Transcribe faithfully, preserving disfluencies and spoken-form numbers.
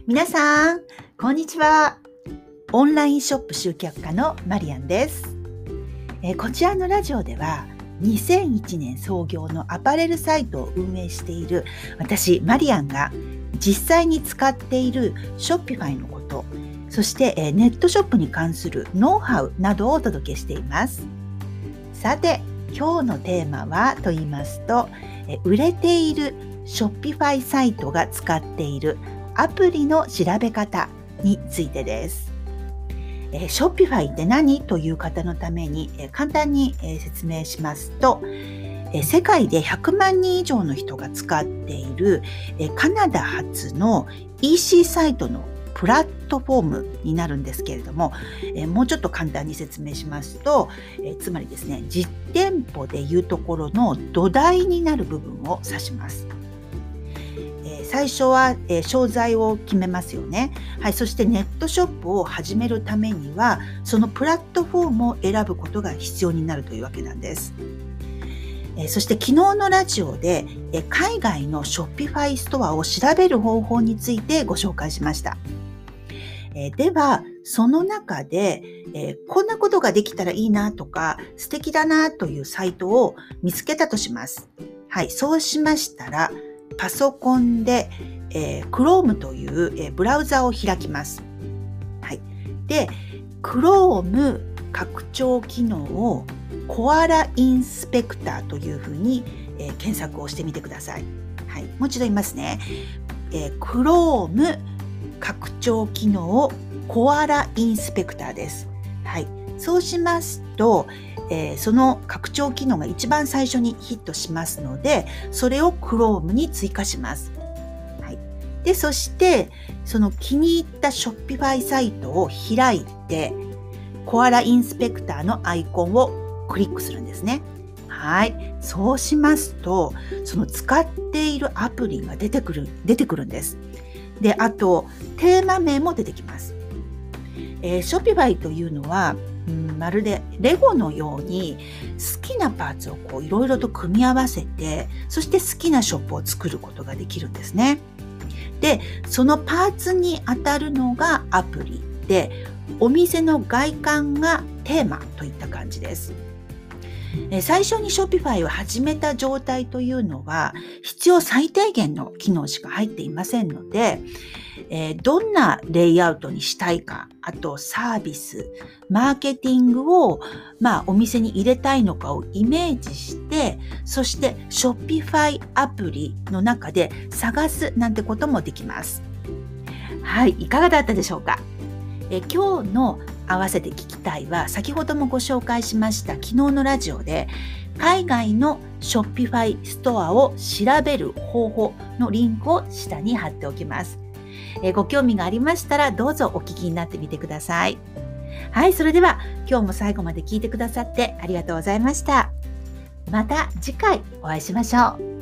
皆さん、こんにちは。オンラインショップ集客家のマリアンです。えーこちらのラジオでは、にせんいちねん創業のアパレルサイトを運営している私、マリアンが実際に使っているショッピファイのこと、そしてえーネットショップに関するノウハウなどをお届けしています。さて、今日のテーマはと言いますと、えー売れているショッピファイサイトが使っているアプリの調べ方についてです。えー、ショッピファイって何という方のために、えー簡単に、えー説明しますと、えー世界でひゃくまんにん以上の人が使っている、えーカナダ発の イーシー サイトのプラットフォームになるんですけれども、えーもうちょっと簡単に説明しますと、えーつまりですね、実店舗でいうところの土台になる部分を指します。えー最初は、えー商材を決めますよね。はい、そしてネットショップを始めるためには、そのプラットフォームを選ぶことが必要になるというわけなんです。えーそして昨日のラジオで、えー海外のショッピファイストアを調べる方法についてご紹介しました。えーでは、その中で、えーこんなことができたらいいなとか、素敵だなというサイトを見つけたとします。はい、そうしましたら、パソコンで、えー Chrome という、えーブラウザを開きます。はい。で、Chrome 拡張機能をコアラインスペクターというふうに、えー検索をしてみてください。はい。もう一度言いますね。えー Chrome 拡張機能コアラインスペクターです。はい。そうしますと、えーその拡張機能が一番最初にヒットしますので、それを Chrome に追加します。はい。で、そして、その気に入った Shopify サイトを開いて、コアラインスペクターのアイコンをクリックするんですね。はい。そうしますと、その使っているアプリが出てくる、出てくるんです。で、あと、テーマ名も出てきます。えー、Shopify というのは、うん、まるでレゴのように好きなパーツをこういろいろと組み合わせて、そして好きなショップを作ることができるんですね。で、そのパーツに当たるのがアプリで、お店の外観がテーマといった感じです。えー最初に Shopify を始めた状態というのは必要最低限の機能しか入っていませんので、えーどんなレイアウトにしたいか、あとサービス、マーケティングを、まあ、お店に入れたいのかをイメージして、そして Shopify アプリの中で探すなんてこともできます。はい、いかがだったでしょうか。えー今日の合わせて聞きたいは、先ほどもご紹介しました昨日のラジオで、海外の Shopify ストアを調べる方法のリンクを下に貼っておきます。えーご興味がありましたら、どうぞお聞きになってみてください。はい、それでは今日も最後まで聞いてくださってありがとうございました。また次回お会いしましょう。